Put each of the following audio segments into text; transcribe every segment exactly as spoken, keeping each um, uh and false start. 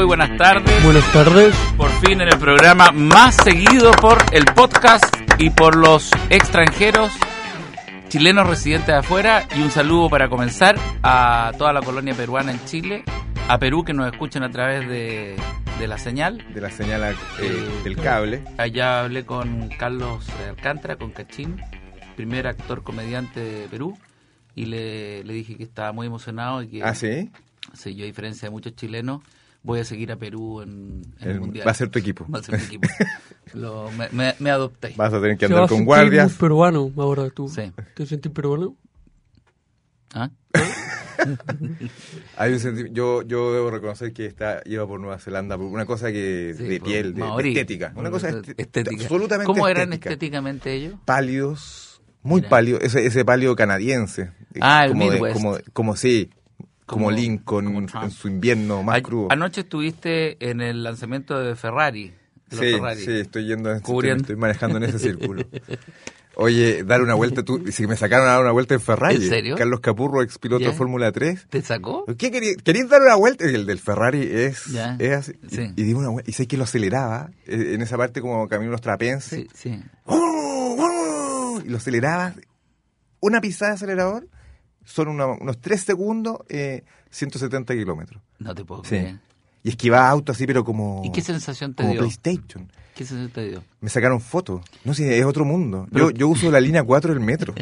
muy buenas tardes. Buenas tardes. Por fin en el programa más seguido por el podcast y por los extranjeros chilenos residentes de afuera. Y un saludo para comenzar a toda la colonia peruana en Chile, a Perú que nos escuchan a través de, de la señal. De la señal eh, eh, del cable. Allá hablé con Carlos Alcántara, con Cachín, primer actor comediante de Perú, y le, le dije que estaba muy emocionado y que... ¿Ah, sí? Sí, yo a diferencia de muchos chilenos voy a seguir a Perú en, en el, el Mundial. Va a ser tu equipo. Va a ser mi equipo. Lo, me, me, me adopté. Vas a tener que andar con guardias. Muy peruano ahora tú. Sí. ¿Te sentís peruano? ¿Ah? Hay un senti- yo, yo debo reconocer que está iba por Nueva Zelanda por una cosa que Sí, de piel, de, de estética. Una cosa est- estética. absolutamente ¿Cómo eran estética. estéticamente ellos? Pálidos, muy Mira. pálidos. Ese, ese pálido canadiense. Ah, el como de, Midwest. como, como sí. Como, Como- Lincoln como Trump. en su invierno más A- crudo. Anoche estuviste en el lanzamiento de Ferrari. De los Sí, Ferrari. sí, estoy yendo, estoy, Cubriendo. estoy manejando en ese círculo. Oye, dar una vuelta, tú, si me sacaron a dar una vuelta en Ferrari. ¿En serio? Carlos Capurro, ex piloto Ya. de Fórmula tres. ¿Te sacó? ¿Qué querías? ¿Querías dar una vuelta? El del Ferrari es, Ya. es así. Sí. Y, y di una vuelta, y sé que lo aceleraba, eh, en esa parte como caminos trapenses. Sí, sí. ¡Oh! ¡Oh! Y lo aceleraba. Una pisada de acelerador son una- unos tres segundos, eh, ciento setenta kilómetros. No te puedo Sí. creer. Y esquivaba auto así, pero como... ¿Y qué sensación te como dio? PlayStation. ¿Qué sensación te dio? Me sacaron fotos. No sé, es otro mundo. Pero- Yo, yo uso la línea cuatro del metro.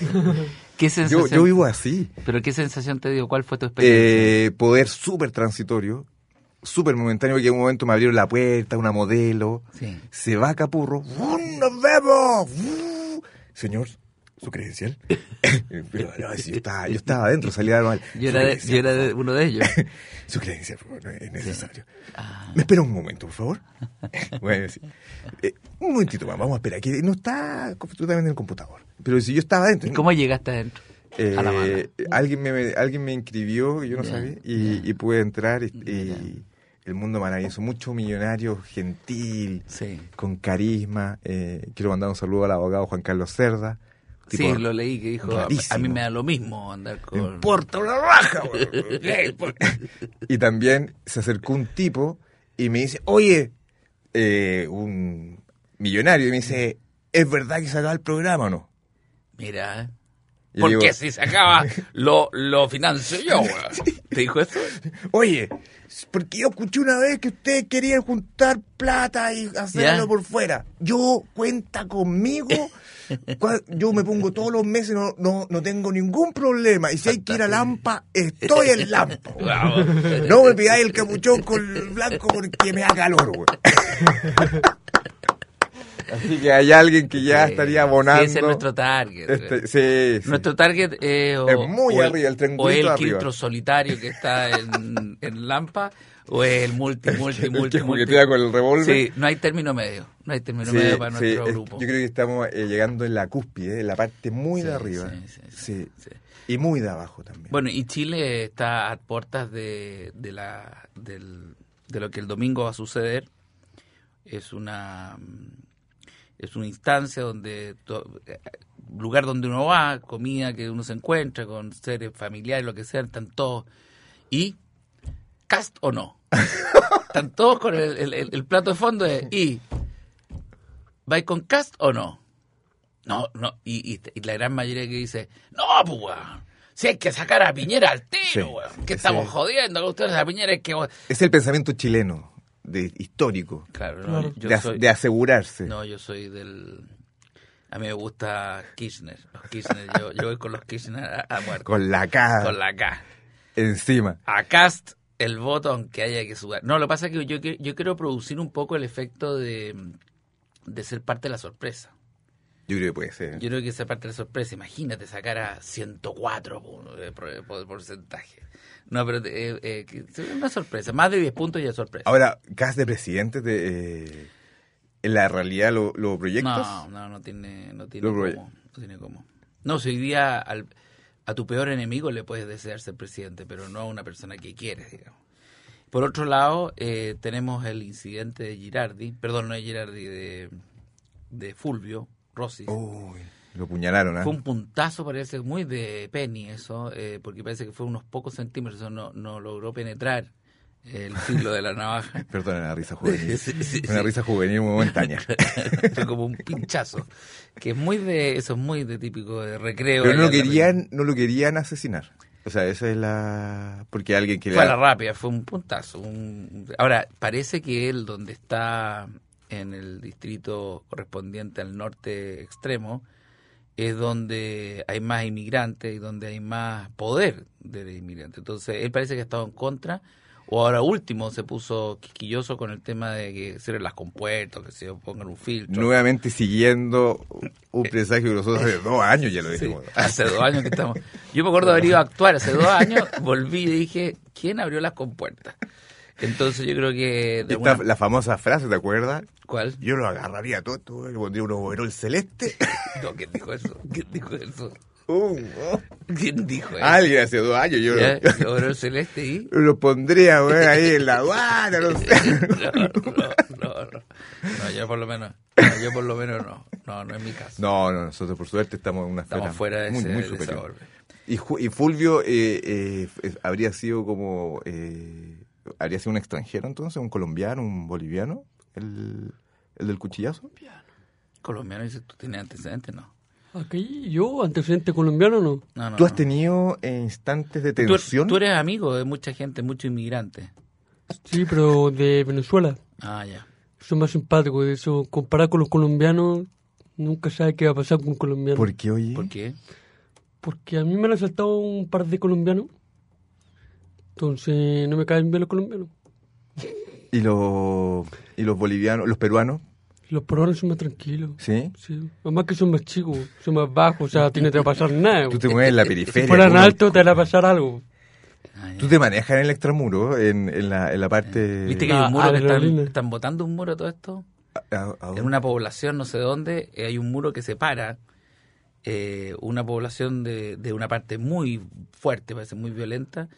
¿Qué sensación? yo, yo vivo así. ¿Pero qué sensación te dio? ¿Cuál fue tu experiencia? Eh, poder súper transitorio, súper momentáneo, porque en un momento me abrieron la puerta, una modelo, Sí. se va Capurro, ¡uh, ¡nos vemos! ¡Uh! Señor, ¿su credencial? Pero no, si yo, estaba, yo estaba adentro, salía normal. Yo "Su era, de, credencial, yo era por de favor". uno de ellos. Su credencial, por favor, no es necesario. Ah. ¿Me espera un momento, por favor? Bueno, sí. Eh, un momentito más, vamos a esperar, que no está completamente en el computador. Pero si yo estaba adentro... ¿Y cómo llegaste adentro? Eh, A la mano. alguien me, me- alguien me inscribió, yo no Ya, sabía, y, y pude entrar, y, y Ya. el mundo maravilloso, mucho millonario, gentil, Sí. con carisma. Eh, quiero mandar un saludo al abogado Juan Carlos Cerda. Sí, tipo, lo leí que dijo, a, rarísimo. a mí me da lo mismo andar "Me con... importa una raja, weón". Y también se acercó un tipo y me dice, oye, eh, un millonario, y me dice, ¿es verdad que se acaba el programa o no? Mira, ¿eh? Y Porque digo, si se acaba, lo, lo financio yo, weón. ¿Te dijo eso? oye, porque yo escuché una vez que ustedes querían juntar plata y hacerlo Ya. por fuera. Yo, cuenta conmigo. Cua- Yo me pongo todos los meses, no, no, no tengo ningún problema. Y si hay que ir a Lampa, estoy en Lampa. Bravo. No me pidáis el capuchón con el blanco porque me da calor, güey. Así que hay alguien que ya Sí, estaría abonando. Sí, ese es nuestro target. Este, sí, sí. Nuestro target es, o, Es muy o arriba, el triangulito o el arriba. quiltro solitario que está en, en Lampa, o es el multi, multi, El multi, que multi. juguetea con el revólver. Sí, no hay término medio. No hay término Sí, medio para sí, nuestro es- grupo. yo creo que estamos eh, llegando en la cúspide, en la parte muy Sí, de arriba. sí, sí, sí, Sí. sí. Y muy de abajo también. Bueno, y Chile está a puertas de, de, la, del, de lo que el domingo va a suceder. Es una es una instancia donde to- lugar donde uno va, comida que uno se encuentra con seres familiares, lo que sea, están todos. Y cast o no. Están todos con el, el- el- el plato de fondo de y ¿vais con cast o no? No, no, y, y, y la gran mayoría que dice, no, pues, weón, si hay que sacar a Piñera al tiro, Sí, weón, que ese- estamos jodiendo con ustedes a Piñera, es que... weón". Es el pensamiento chileno, de histórico, Claro, no, Claro. yo de, as- soy... de asegurarse. No, yo soy del... A mí me gusta Kirchner, los Kirchner, yo, yo voy con los Kirchner a, a muerte. Con la cara Con la K. encima. A Cast el voto aunque haya que sudar. No, lo que pasa es que yo, que- yo quiero producir un poco el efecto de, de ser parte de la sorpresa. Yo creo que puede ser. Yo creo que esa parte de la sorpresa, imagínate sacar a ciento cuatro por, de por- por porcentaje. No, pero eh, eh, que es una sorpresa, más de diez puntos ya es sorpresa. Ahora, ¿cas de presidente de, eh, en la realidad lo, lo proyectas? no, no, no tiene, no tiene Lo cómo. proye- No tiene cómo. No, si hoy día al, a tu peor enemigo le puedes desear ser presidente, pero no a una persona que quieres, digamos. Por otro lado, eh, tenemos el incidente de Girardi, perdón, no de Girardi, de, de Fulvio Rossi. Uy, lo puñalaron, ¿ah? Fue un puntazo, parece, muy de Penny eso, eh, porque parece que fue unos pocos centímetros, no, no logró penetrar el filo de la navaja. Perdona la risa juvenil. Sí, sí, Una sí. risa juvenil muy montaña. Fue como un pinchazo. Que es muy de, eso es muy de típico de recreo. Pero no lo allá en la querían, no lo querían asesinar. O sea, esa es la... Porque alguien que Fue a le... la rápida, fue un puntazo. Un... Ahora, parece que él, donde está en el distrito correspondiente al norte extremo, es donde hay más inmigrantes y donde hay más poder de inmigrantes. Entonces, él parece que ha estado en contra, o ahora último se puso quisquilloso con el tema de que cierren las compuertas, que se pongan un filtro. Nuevamente siguiendo un presagio que nosotros hace dos años ya lo Sí, dijimos. hace dos años que estamos. Yo me acuerdo de haber ido a actuar hace dos años, volví y dije, ¿quién abrió las compuertas? Entonces yo creo que... de Esta, alguna- La famosa frase, ¿te acuerdas? ¿Cuál? Yo lo agarraría todo, todo, le pondría unos overol celeste. No, ¿quién dijo eso? ¿Quién dijo eso? Uh, oh. ¿Quién dijo eso? Alguien hace dos años yo ¿Ya? lo, ¿Logró el celeste y...? lo pondría, güey, ahí en la guana, no sé. No, no, no, no. No, yo por lo menos, no, yo por lo menos no. No, no es mi caso. No, no, nosotros por suerte estamos en una esfera Estamos fuera de muy, ese, muy de esa superior. orbe. Y, Ju- y Fulvio eh, eh, eh, habría sido como... Eh, habría sido un extranjero entonces, un colombiano, un boliviano, el, el del cuchillazo. Colombiano, dices, ¿tú tienes antecedentes? No. Aquí yo, antecedente colombiano, no. No, no, ¿Tú has no. tenido eh, instantes de Tú, tensión? tú eres amigo de mucha gente, muchos inmigrantes. Sí, pero de Venezuela. Ah, ya. Eso es más simpático. De eso, comparar con los colombianos, nunca sabes qué va a pasar con un colombiano. ¿Por qué, oye? ¿Por qué? Porque a mí me han asaltado un par de colombianos. Entonces, no me caen bien los colombianos. ¿Y los, y los bolivianos, los peruanos? Los peruanos son más tranquilos. ¿Sí? Sí. Además que son más chicos, son más bajos, o sea, a ti no te va a pasar nada. Tú te mueves en la Si periferia. fueran tú- altos, te va a pasar algo. Ah, ya. Tú te manejas en el extramuro, en, en, la, en la parte... ¿Viste que hay un La muro que están, adrenalina. están botando un muro todo esto? a- a- En una población, no sé dónde, eh, hay un muro que separa eh, una población de, de una parte muy fuerte, parece muy violenta,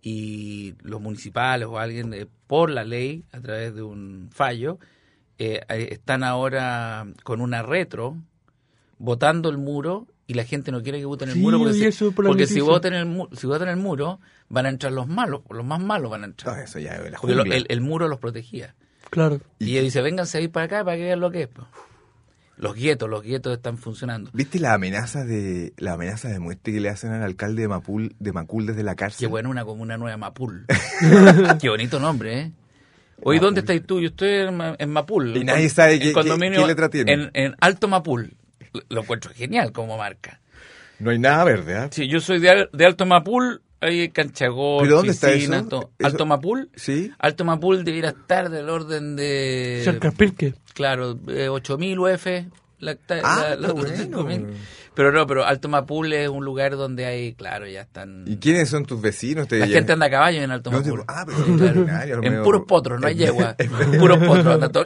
y los municipales o alguien, eh, por la ley, a través de un fallo, eh, eh, están ahora con una retro botando el muro y la gente no quiere que voten el Sí, muro porque, oí se- eso por la porque si noticia. votan el mu- si votan el muro van a entrar los malos, los más malos van a entrar. No, eso ya es la Porque lo- jungla. el, el muro los protegía. Claro. Y ella dice, vénganse a ir para acá para que vean lo que es. po". Los guetos, los guetos están funcionando. ¿Viste la amenaza de la amenaza de muerte que le hacen al alcalde de Mapul, de Macul desde la cárcel? Qué bueno, una comuna nueva, Mapul. Qué bonito nombre, ¿eh? Oye, ¿dónde estás tú? Yo estoy en, Ma- en Mapul. Y en nadie con- sabe en qué- qué- condominio qué letra tiene. En, en Alto Mapul. Lo- Lo encuentro genial como marca. No hay nada verde, ¿ah? Sí, yo soy de, Al- de Alto Mapul, hay canchagol, ¿Pero dónde está piscina, eso? todo. Eso- Alto Mapul. Sí. Alto Mapul debiera estar del orden de... Cerca al Pirque. Claro, eh, ocho mil U F. La, la- Ah, la- qué los bueno. cinco mil. Pero no, pero Alto Mapul es un lugar donde hay, claro, ya están... ¿Y quiénes son tus vecinos? Te La llegan- gente anda a caballo en Alto No te- Mapul. Ah, pero Sí, es claro. ordinario, En medio- puros potros, no hay yegua. En puros potros anda todo.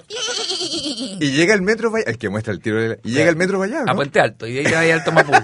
Y llega el metro, vaya- el que muestra el tiro de la- Y llega el metro para allá, A ¿no? Puente Alto, y de ahí te vas a Alto Mapul.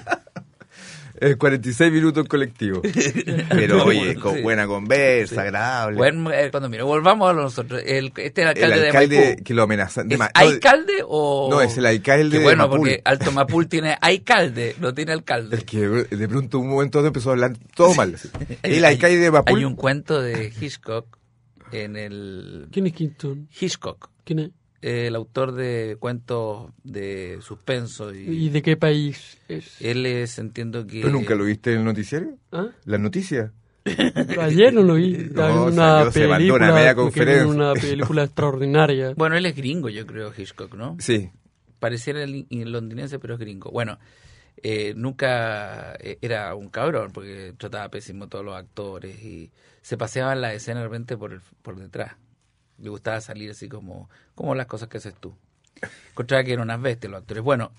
Eh, cuarenta y seis minutos en colectivo. Pero oye, con Sí. buena conversa, agradable. Bueno, eh, cuando mira, volvamos a nosotros. El, este es el el alcalde, alcalde de Maipú. que lo amenaza. de ¿Es Ma- no, alcalde o...? No, es el alcalde Qué de bueno, Mapul. porque Alto Mapul tiene alcalde, no tiene alcalde. Es que de pronto un momento dado empezó a hablar todo mal. Hay- El alcalde de Mapul. Hay un cuento de Hitchcock en el... ¿Quién es Kingston? Hitchcock, ¿Quién es? eh, el autor de cuentos de suspenso. ¿Y Y, de qué país es? él es, entiendo que... ¿Tú nunca lo viste en el noticiario? ¿Ah? ¿Las noticias? Ayer no lo vi. Estaba No, en una salió, se mandó película, una media porque conferencia. vi una película extraordinaria. Bueno, él es gringo, yo creo, Hitchcock, ¿no? Sí. Pareciera el, el londinense, pero es gringo. Bueno, eh, nunca eh, era un cabrón, porque trataba pésimo a todos los actores y se paseaban la escena de repente por, el- por detrás. Le gustaba salir así como, como las cosas que haces tú. Encontraba que eran unas bestias los actores. Bueno,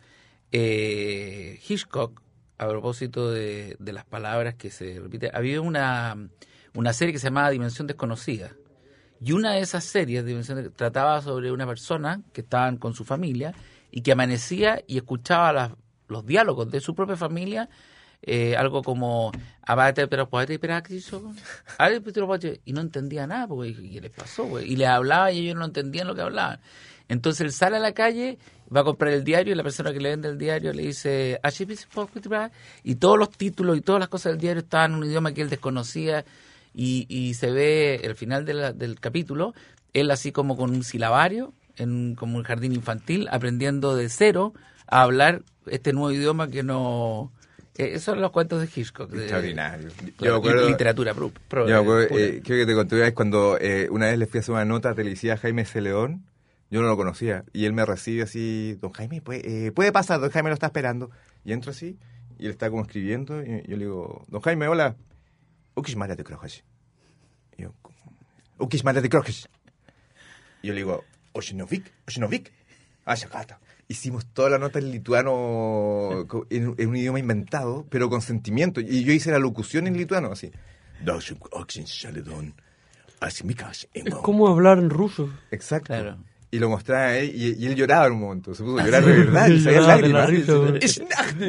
eh, Hitchcock, a propósito de, de las palabras que se repiten, había una, una serie que se llamaba Dimensión Desconocida. Y una de esas series, Dimensión Des- trataba sobre una persona que estaban con su familia y que amanecía y escuchaba las- los diálogos de su propia familia, eh, algo como "Abate, pero poete, pero actizo", "Abate, pero poete", y no entendía nada, porque ¿qué les pasó? Güey? Y les hablaba y ellos no entendían lo que hablaban. Entonces él sale a la calle, va a comprar el diario y la persona que le vende el diario le dice "Ashi, bis, po, kut, bra", y todos los títulos y todas las cosas del diario estaban en un idioma que él desconocía y, y se ve el final de la, del capítulo, él así como con un silabario, en como un jardín infantil, aprendiendo de cero a hablar este nuevo idioma que no... Eh, esos son los cuentos de Hitchcock. De, Extraordinario. Claro, Yo me acuerdo, literatura pro, pro, yo me acuerdo, pura. eh, creo que te conté una vez cuando eh, una vez le fui a hacer una nota televisiva a Jaime Celeón. Yo no lo conocía. Y él me recibe así, don Jaime, puede, eh, puede pasar, don Jaime lo está esperando. Y entro así, y él está como escribiendo. Y yo le digo, don Jaime, hola. Ukishmara de Krojas. Y yo, Ukishmara de Krojas. Y yo le digo, Oshinovik, Oshinovik. Ah, Shakata. Hicimos toda la nota en lituano, en, en un idioma inventado, pero con sentimiento. Y yo hice la locución en lituano, así. Es como hablar en ruso. Exacto. Claro. Y lo mostraba a él, y, y él lloraba en un momento. Se puso a llorar de verdad, y salía Lloraba de la lágrimas. risa.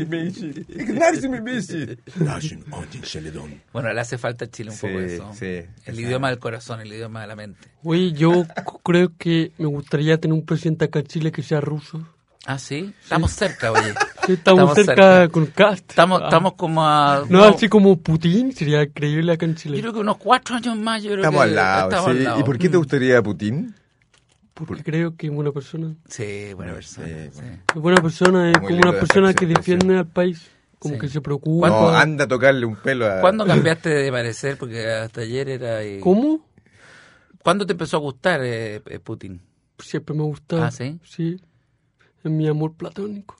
Bueno, le hace falta a Chile un Sí, poco eso. sí, el exacto. idioma del corazón, el idioma de la mente. Oye, yo c- creo que me gustaría tener un presidente acá en Chile que sea ruso. Ah, sí, estamos cerca, oye. Sí, estamos, Estamos cerca, cerca. con Cast. Estamos, Ah. estamos como a... No, así como Putin, sería increíble acá en Chile. Yo creo que unos cuatro años más, yo creo Estamos que al lado, estamos sí. al lado. ¿Y por qué te gustaría Putin? Porque creo que es buena persona. Sí, buena persona. Sí, sí. bueno. Es buena persona, es Muy como lindo una de persona hacerse que expresión. defiende al país. Como Sí. que se preocupa. No, anda a tocarle un pelo a... ¿Cuándo cambiaste de parecer? Porque hasta ayer era... eh, ¿Cómo? ¿Cuándo te empezó a gustar eh, eh, Putin? Siempre me ha gustado. ¿Ah, sí? Sí. Es mi amor platónico.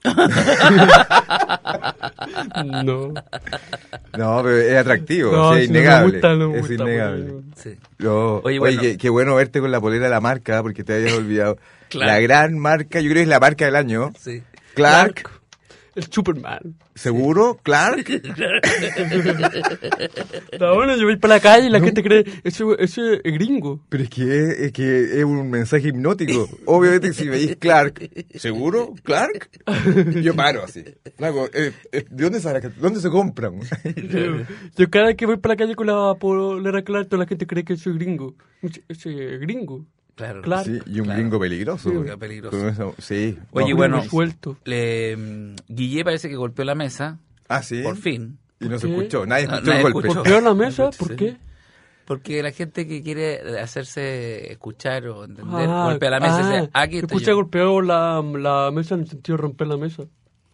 No. No, pero es atractivo, No, sí, es sí, no me innegable. gusta, no me es gusta, innegable. porque- Sí. No, Oye, oye, bueno. qué, qué bueno verte con la polera de la marca, porque te habías olvidado. Clark. La gran marca, yo creo que es la marca del año. Sí. Clark, El Superman. ¿seguro? Clark. No, bueno, yo voy para la calle y la gente cree, eso, eso es gringo. Pero es que, es que es un mensaje hipnótico. Obviamente que si veis Clark, ¿seguro? ¿Clark? Yo paro así. Luego, eh, eh, ¿de dónde, sale- dónde se compran? Yo, yo cada vez que voy para la calle con la polera Clark, toda la gente cree que soy gringo. Ese es gringo. Claro. Clark. Sí, y un Claro. gringo peligroso. Sí, un peligroso. Con eso, sí. Oye, No, bueno, Muy suelto. le, mm, Guille parece que golpeó la mesa, Ah, sí. por fin, Y no se ¿Qué? escuchó. Nadie No, escuchó nadie el golpe. escuchó. ¿Golpeó la mesa? ¿Por Sí. qué? porque la gente que quiere hacerse escuchar o entender Ah, golpea la mesa y ah, dice, aquí estoy escucha, yo. golpeó la, la mesa en el sentido de romper la mesa.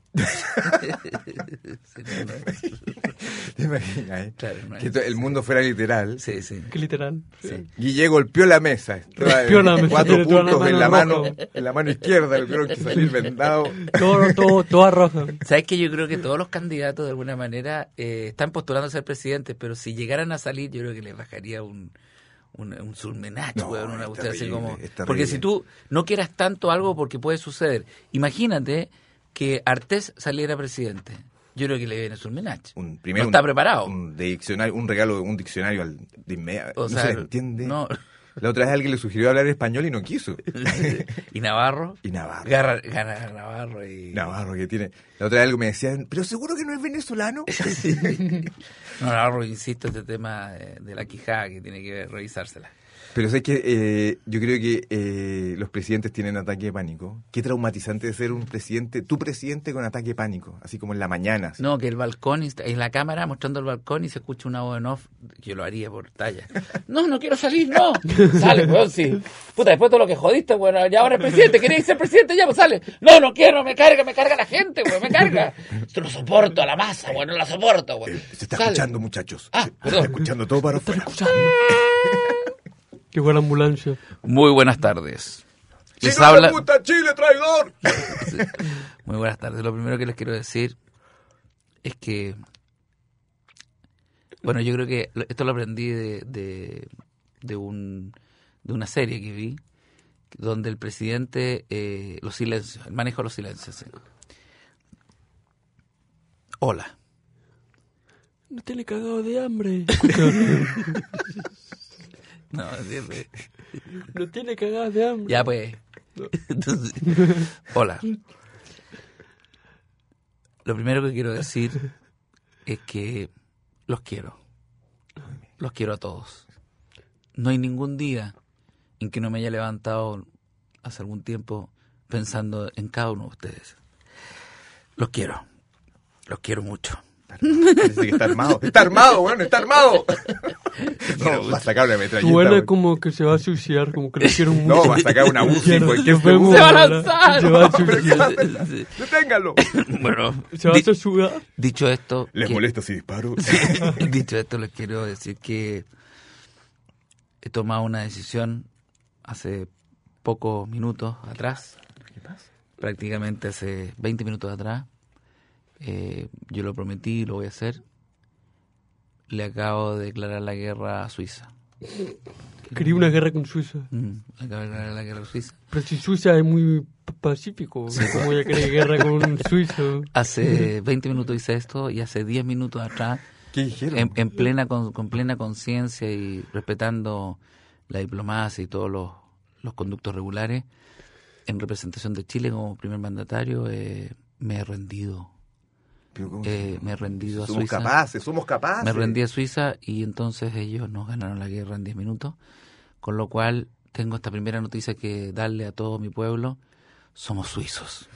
Sí, no, no. ¿Te imaginas, eh? Claro, no es- Que to- el mundo fuera literal. Sí, sí. Que literal. Sí. Guille golpeó la mesa. Estaba Golpeó en la mesa, Cuatro tiene toda la puntos en la mano mano, roja. en la mano izquierda. El creo que salir vendado. Todo, todo, toda roja. ¿Sabes que yo creo que todos los candidatos de alguna manera eh, están postulando a ser presidentes, pero si llegaran a salir yo creo que les bajaría un un, un surmenach, No, weón, una es cuestión así terrible, como... es terrible. Porque si tú no quieras tanto algo porque puede suceder, imagínate que Artés saliera presidente. Yo creo que le viene surmenach. Un, primero no está un- preparado. Un, diccionario, un regalo, un diccionario al, de inmediato. O no sea, se le entiende. no. La otra vez alguien le sugirió hablar español y no quiso. Y Navarro. Y Navarro. Gana, gana Navarro y... Navarro que tiene. La otra vez algo me decían, pero seguro que no es venezolano. No, Navarro, insisto, este tema de, de la quijada que tiene que revisársela. Pero sé que eh, yo creo que eh, los presidentes tienen ataque de pánico. Qué traumatizante de ser un presidente, tu presidente con ataque de pánico, así como en la mañana. así. No, que el balcón, está- en la cámara mostrando el balcón y se escucha una voz en off, que yo lo haría por talla. No, no quiero salir, no. Sale, weón, sí. Puta, después de todo lo que jodiste, bueno, ya ahora es presidente, ¿queréis ser presidente? Ya, pues sale. No, no quiero, me carga, me carga la gente, weón, me carga. Yo no soporto a la masa, weón, no la soporto, weón. Eh, se está Sale. escuchando, muchachos. Ah, se, se perdón. está escuchando todo para afuera. Qué buena ambulancia. Muy buenas tardes. Les ¡Si no habla... te gusta Chile, traidor! Muy buenas tardes. Lo primero que les quiero decir es que, bueno, yo creo que lo- esto lo aprendí de, de, de, un, de una serie que vi, donde el presidente, eh, los silencios, el manejo de los silencios. ¿sí? Hola. No tiene cagado de hambre. No, siempre. No tiene cagado de hambre. Ya pues. Entonces, hola. Lo primero que quiero decir es que los quiero. Los quiero a todos. No hay ningún día en que no me haya levantado hace algún tiempo pensando en cada uno de ustedes. Los quiero. Los quiero mucho. Parece que está armado. ¡Está armado, bueno! ¡Está armado! No, va a sacar una metralleta. Suena weón. como que se va a suicidar, como que le hicieron No, mucho. va a sacar una U C I. Ya cualquier nos vemos, segundo. ¡Se va a ¿verdad? lanzar! Se va a No, pero suicidar. Sí. ¡Deténgalo! Bueno, Se va di- a suicidar. dicho esto, ¿Les que- molesta si disparo? dicho esto, les quiero decir que he tomado una decisión hace pocos minutos atrás, ¿Qué pasa? prácticamente hace veinte minutos atrás. Eh, yo lo prometí y lo voy a hacer. Le acabo de declarar la guerra a Suiza. Quería una guerra con Suiza. Mm, le acabo de declarar la guerra a Suiza. Pero si Suiza es muy p- pacífico, ¿cómo voy a querer guerra con Suiza? Hace veinte minutos hice esto y hace diez minutos atrás, ¿Qué dijeron? en, en plena con, con plena conciencia y respetando la diplomacia y todos los, los conductos regulares, en representación de Chile como primer mandatario, eh, me he rendido. Pero ¿cómo Eh, se- me he rendido a somos Suiza. capaces, somos capaces. Me rendí a Suiza y entonces ellos nos ganaron la guerra en diez minutos, con lo cual tengo esta primera noticia que darle a todo mi pueblo: somos suizos.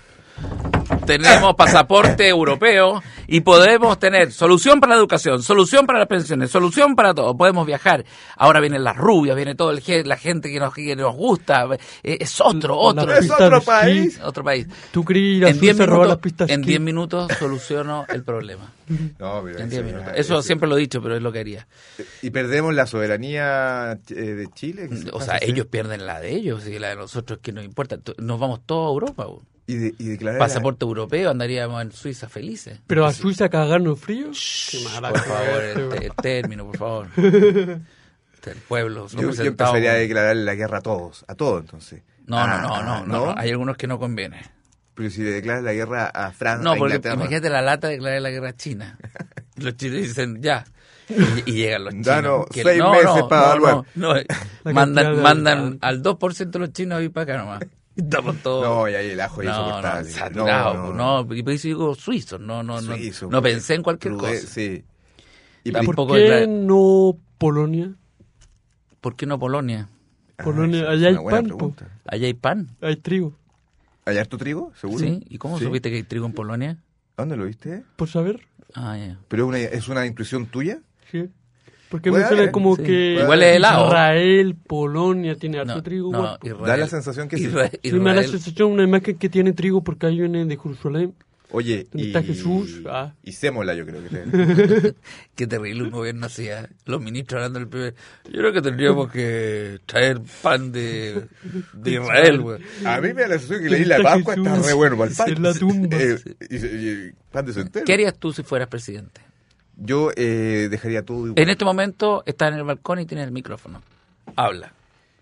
Tenemos pasaporte europeo y podemos tener solución para la educación, solución para las pensiones, solución para todo. Podemos viajar. Ahora vienen las rubias, viene toda la gente que nos, que nos gusta. Eh, Es otro, otro, La ¿Es pista otro de país? esquí. otro país. ¿Tú querías ir a En diez Suiza a robar las minutos, pistas de en esquí? diez minutos soluciono el problema. No, pero En eso diez ya- minutos. Eso siempre lo he dicho, pero es lo que haría. ¿Y perdemos la soberanía eh, de Chile? ¿Qué se O pasa sea, así? ellos pierden la de ellos y la de nosotros que nos importa. T- Nos vamos todos a Europa. bo. ¿Y, de, y declarar Pasaporte europeo, andaríamos en Suiza felices. Pero a Suiza cagarnos frío. Qué mala Por favor, suerte, el, güey. el término, por favor. Este, El pueblo. Yo, yo representado empezaría a por- declarar la guerra a todos, a todos entonces. No, Ah, no, no, no, no, no. Hay algunos que no conviene. Pero si le declaras la guerra a Francia, No, a porque Inglaterra. imagínate la lata de declarar la guerra a China. Los chinos dicen ya. Y, y llegan los chinos. Danos que- seis meses para evaluar. no, no, La mandan cantidad de mandan habitantes. al dos por ciento de los chinos a ir para acá nomás. Estamos todos. No, y ahí el ajo es No, no, insoportable. saturado, No, no, no, no. y por eso digo suizos, no, no, no, Suizo, no pensé en cualquier pruden- cosa. Sí. Y Tampoco- ¿Por poco qué de- no Polonia? ¿Por qué no Polonia? Ah, Polonia, esa es allá hay una buena pan, po. pregunta. Allá hay pan, Hay trigo. ¿Hay harto trigo? ¿Seguro? ¿sí? ¿Y cómo Sí. supiste que hay trigo en Polonia? ¿Dónde lo viste? ¿Por saber? Ah, ya. ¿Pero es una, es una intuición tuya? Sí. Porque Puede me suena haber, como sí. que Igual es helado. Israel, Polonia, tiene harto No, trigo. no, igual. Israel, Da la sensación que sí. Israel, Sí, me da la Israel- sensación, una imagen que tiene trigo porque ahí viene de Jerusalén. Oye, ¿Dónde y... está Jesús? Ah. Y sémola, yo creo que te... Qué terrible un gobierno así, ¿eh? Los ministros hablando del primer... Yo creo que tendríamos que traer pan de, de Israel, güey. A mí me da la sensación que la isla de Está Pascua está Jesús re bueno para el pan. en la tumba. Eh, y, y- pan de centeno. ¿Qué harías tú si fueras presidente? Yo eh, dejaría todo igual. En este momento estás en el balcón y tienes el micrófono. Habla.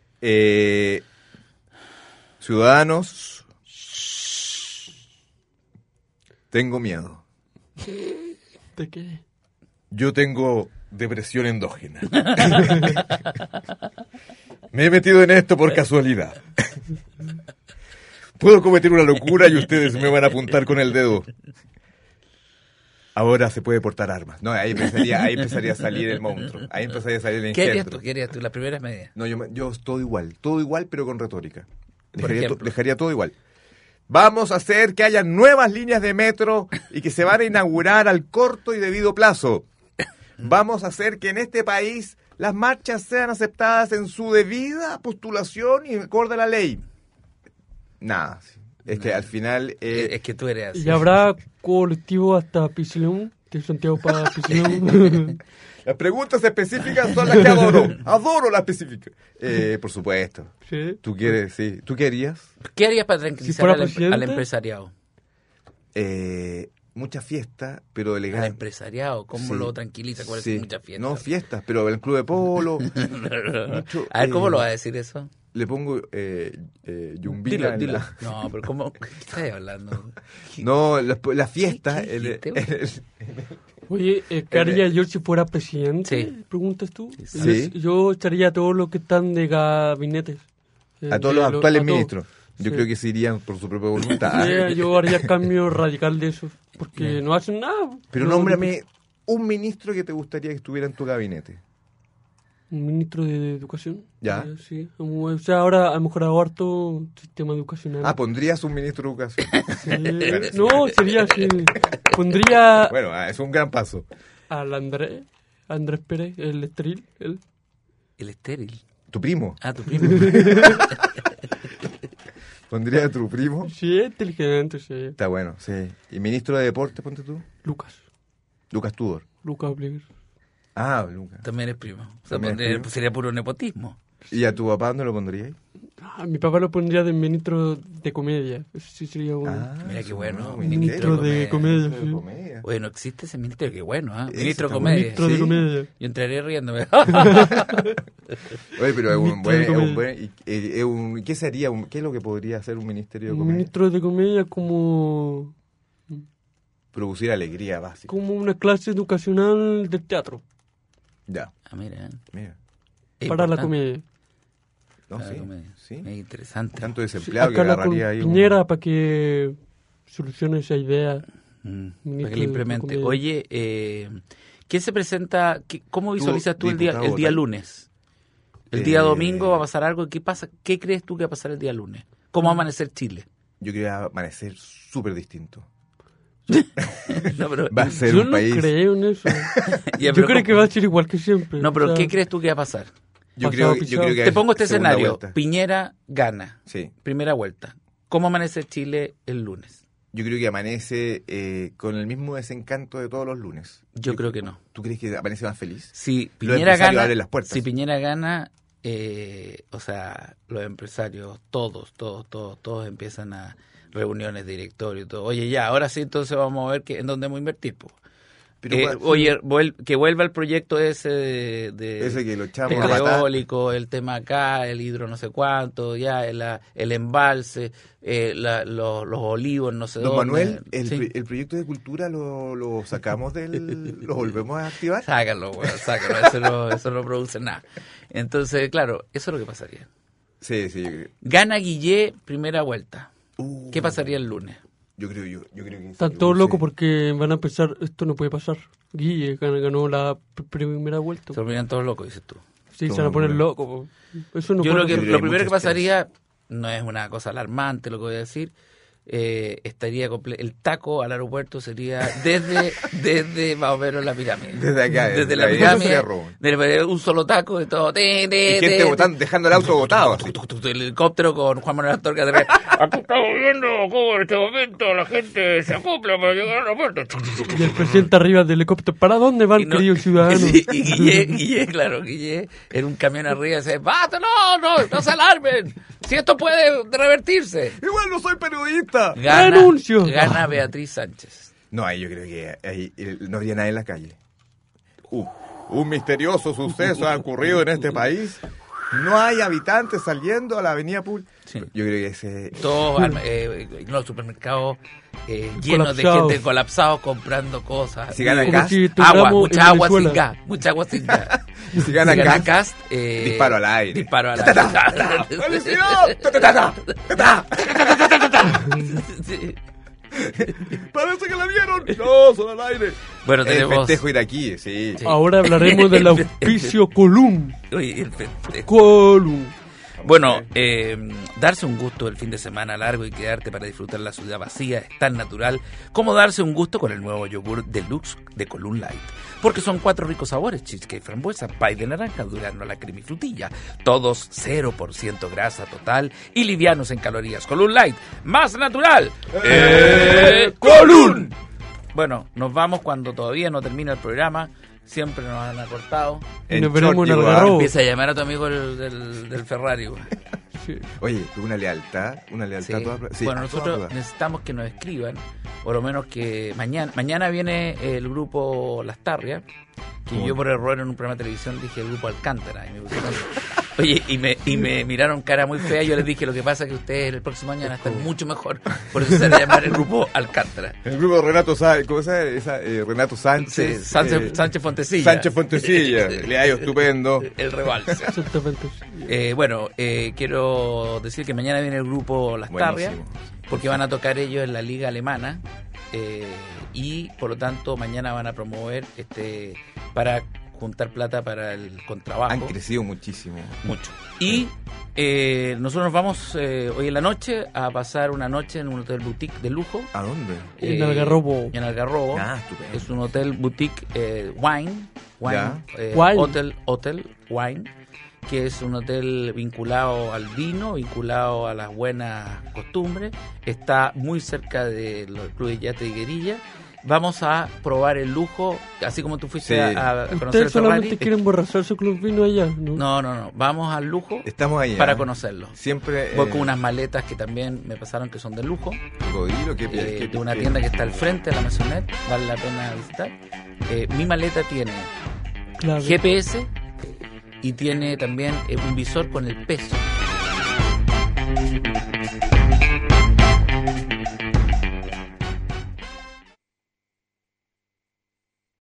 Eh, ciudadanos, tengo miedo. ¿De qué? Yo tengo depresión endógena. Me he metido en esto por casualidad. Puedo cometer una locura y ustedes me van a apuntar con el dedo. Ahora se puede portar armas. No, ahí empezaría, ahí empezaría a salir el monstruo. Ahí empezaría a salir el ¿Qué harías engendro. tú? ¿Qué harías tú? Las primeras medidas. No, yo, me- yo todo igual. Todo igual, pero con retórica. Por Dejaría, to- ejemplo. dejaría todo igual. Vamos a hacer que haya nuevas líneas de metro y que se van a inaugurar al corto y debido plazo. Vamos a hacer que en este país las marchas sean aceptadas en su debida postulación y acorde a la ley. Nada. Es que al final... eh, es que tú eres así. ¿Y habrá colectivo hasta Pisilón? De Santiago para Pisilón. las preguntas específicas son las que adoro. Adoro las específicas. Eh, por supuesto. ¿Sí? ¿Tú quieres? Sí. ¿Tú querías? ¿Qué harías para tranquilizar fuera al, em- presidente? al empresariado? Eh, mucha fiesta, pero Al elegante. empresariado, ¿cómo Sí. lo tranquiliza? ¿Cuál Sí. es mucha fiesta? No, fiestas, pero el club de polo. mucho, A ver, ¿cómo eh, lo vas a decir eso? Le pongo eh, eh, yumbina Dilo, en dilo. la- No, pero ¿cómo? ¿Qué estás hablando? No, las la fiestas. ¿Qué el- dijiste, el- Oye, eh, ¿qué haría yo si fuera presidente? Sí. ¿Preguntas tú? Sí. Yo, yo estaría a todos los que están de gabinetes. Eh, a todos de los lo- actuales a todos. ministros. Yo Sí. creo que se irían por su propia voluntad. Sí, yo haría cambio radical de eso, porque no hacen nada. Pero No- nómbrame un ministro que te gustaría que estuviera en tu gabinete. Un ministro de Educación. Ya. Eh, sí. O sea, ahora ha mejorado harto el sistema educacional. Ah, ¿pondrías un ministro de educación? Sí. No, sería así. Pondría Bueno, ah, es un gran paso. al Andrés, Andrés Pérez, el esteril, él. El estéril. ¿Tu primo? Ah, tu primo. ¿Pondría a tu primo? Sí, es inteligente, sí. Está bueno, sí. ¿Y ministro de deporte, ponte tú? Lucas. Lucas Tudor. Lucas Bleger. Ah, Lucas. También es primo. O sea, También es pondría- primo. sería puro nepotismo. ¿Y a tu papá dónde lo pondríais? Ah, mi papá lo pondría de ministro de comedia. Eso sí sería un Ah, Mira qué eso bueno, no, ministro de comedia. Ministro de Sí. comedia. Oye, no existe ese ministerio, qué bueno, ¿ah? Ese Ministro de está comedia. Ministro de Sí. comedia. Yo entraría riéndome. Oye, pero es un Ministro de buen... es un comedia. buen y- eh, es un- ¿Qué sería? un- ¿Qué es lo que podría hacer un ministerio de Un comedia? ministro de comedia como, Producir alegría básica. como una clase educacional de teatro Ya, Ah, mira. mira. es para la importante. comedia. No, Para la sí, comedia. sí. Es interesante. Tanto Sí, desempleado que acá la con agarraría ahí un- Piñera para que solucione esa idea. Mm, para Ministro que le de implemente. comedia. Oye, eh, ¿quién se presenta? qué- ¿Cómo visualizas tú el día, diputado el día tal. lunes? El día Eh, domingo va a pasar algo. ¿Qué pasa? ¿Qué crees tú que va a pasar el día lunes? ¿Cómo va a amanecer Chile? Yo quería amanecer súper distinto. No, pero, Va a ser Yo un no país... creo en eso. Ya, Yo pero creo ¿cómo? que va a ser igual que siempre. No, pero O sea, ¿qué crees tú que va a pasar? Yo pasado creo, yo pisado. creo que Te es pongo este segunda escenario. vuelta. Piñera gana. Sí. Primera vuelta. ¿Cómo amanece Chile el lunes? Yo creo que amanece eh, con el mismo desencanto de todos los lunes. Yo creo que no. ¿Tú crees que amanece más feliz? Si Los Piñera empresarios gana, abren las puertas. si Piñera gana, eh, o sea, los empresarios, todos, todos, todos, todos empiezan a reuniones de directorio y todo. Oye, ya, ahora sí, entonces vamos a ver que, en dónde vamos a invertir. Po. Pero, Eh, ¿cuál- oye, vuel- que vuelva el proyecto ese de, de- Ese que lo echamos el a matar. eólico, el tema acá, el hidro no sé cuánto, ya el, la- el embalse, eh, la- los, los olivos no sé Don dónde. Manuel, el, Sí. pro- el proyecto de cultura lo, lo sacamos del... ¿Lo volvemos a activar? Sácalo, weón, sácalo, eso no, eso no produce nada. Entonces, claro, eso es lo que pasaría. Sí, sí. Yo creo, Gana Guillé, primera vuelta. Uh, ¿Qué pasaría el lunes? Yo creo, yo, yo creo que... Están yo todos sé. locos porque van a pensar, esto no puede pasar. Guille ganó, ganó la pr- primera vuelta. Se volverían todos locos, dices tú. Sí, se Todo van a poner mal. locos. po. Eso no Yo puede creo que pasar. Yo lo hay primero que mucho pasaría, no es una cosa alarmante lo que voy a decir, eh, estaría comple- el taco al aeropuerto sería desde desde más o menos la pirámide. Desde acá, Desde desde la ahí, pirámide, hacia Roma. de- un solo taco de todo. De, de, Y gente de- botando- dejando el auto botado. así. El helicóptero con Juan Manuel Astorga de repente, aquí estamos viendo cómo en este momento la gente se acopla para llegar al aeropuerto. Y el presidente arriba del helicóptero. ¿Para dónde van, Y no- queridos ciudadanos? Sí, y Guille, Guille, claro, Guille, en un camión arriba dice, ¡basta, no, no, no se alarmen! Si esto puede revertirse. Igual no soy periodista. Gana, ¡Renuncio! gana Beatriz Sánchez. No, ahí yo creo que ahí, eh, no habría nadie en la calle. Uh, un misterioso suceso ha ocurrido en este país. No hay habitantes saliendo a la avenida Pul. Sí. Yo creo que ese... Todos al- eh, los supermercados eh, llenos de Colapsados. gente colapsados comprando cosas. Si gana Eh, Como Cast, si agua, estuviéramos mucha en agua sin Venezuela. gas, mucha agua sin gas. Si gana Cast, Cast, eh, disparo al aire. Disparo al Ta, ta, aire. ta, ta. ¡Felicidad! Ta, ta, ta, ta, ta, ta. Sí. Parece que la vieron. No, son al aire. Bueno, El tenemos... festejo iraquí, sí. Sí. Ahora hablaremos del auspicio Colum. Oye, el festejo. Colum. Bueno, eh, darse un gusto el fin de semana largo y quedarte para disfrutar la ciudad vacía es tan natural como darse un gusto con el nuevo yogur deluxe de Column Light. Porque son cuatro ricos sabores: cheesecake, frambuesa, pie de naranja, durazno, la crema y frutilla. Todos cero por ciento grasa total y livianos en calorías. Column Light, más natural. ¡Eh, Column! Bueno, nos vamos cuando todavía no termina el programa. Siempre nos han acortado. Y En nos veremos short en llegó a- Algarrobo. Empieza a llamar a tu amigo el, del, del Ferrari. güey. Sí. Oye, tuve una lealtad, una lealtad Sí. a toda- sí, Bueno, a nosotros toda prueba. necesitamos que nos escriban, por lo menos que mañana mañana viene el grupo Las Tarrias, que Muy yo por error en un programa de televisión dije el grupo Alcántara. Y me pusieron- oye, y me, y me miraron cara muy fea. Yo les dije, lo que pasa es que ustedes el próximo año van a estar mucho mejor. Por eso se va a llamar el grupo Alcántara. El grupo de Renato Sánchez, ¿cómo se llama? Esa, eh, Renato Sí, Sánchez. Sánchez, eh, Sánchez Fontecilla. Sánchez Fontecilla. Le ha ido estupendo. El rebalse. Exactamente. Eh, bueno, eh, quiero decir que mañana viene el grupo Las Tarrias, Buenísimo. porque van a tocar ellos en la liga alemana eh, y por lo tanto mañana van a promover este para juntar plata para el contrabajo. Han crecido muchísimo. Mucho. Y eh, nosotros nos vamos eh, hoy en la noche a pasar una noche en un hotel boutique de lujo. ¿A dónde? En Algarrobo. En Algarrobo. Ah, estupendo. Es un hotel boutique eh, wine. Wine. Ya. eh, Wine. Hotel, hotel Wine. Que es un hotel vinculado al vino, vinculado a las buenas costumbres. Está muy cerca de los clubes de yate y guerrilla. Vamos a probar el lujo, así como tú fuiste Sí. a, a conocer el Ustedes solamente Ferrari. quieren emborrachar su club vino allá, ¿no? No, no, no. Vamos al lujo Estamos ahí. para ¿eh? conocerlo. Siempre. Voy eh, con unas maletas que también me pasaron que son de lujo, cocodrilo, ¿qué- eh, qué- de una qué- tienda que está al frente de la Maisonette, vale la pena visitar. Eh, mi maleta tiene Claro. G P S y tiene también eh, un visor con el peso.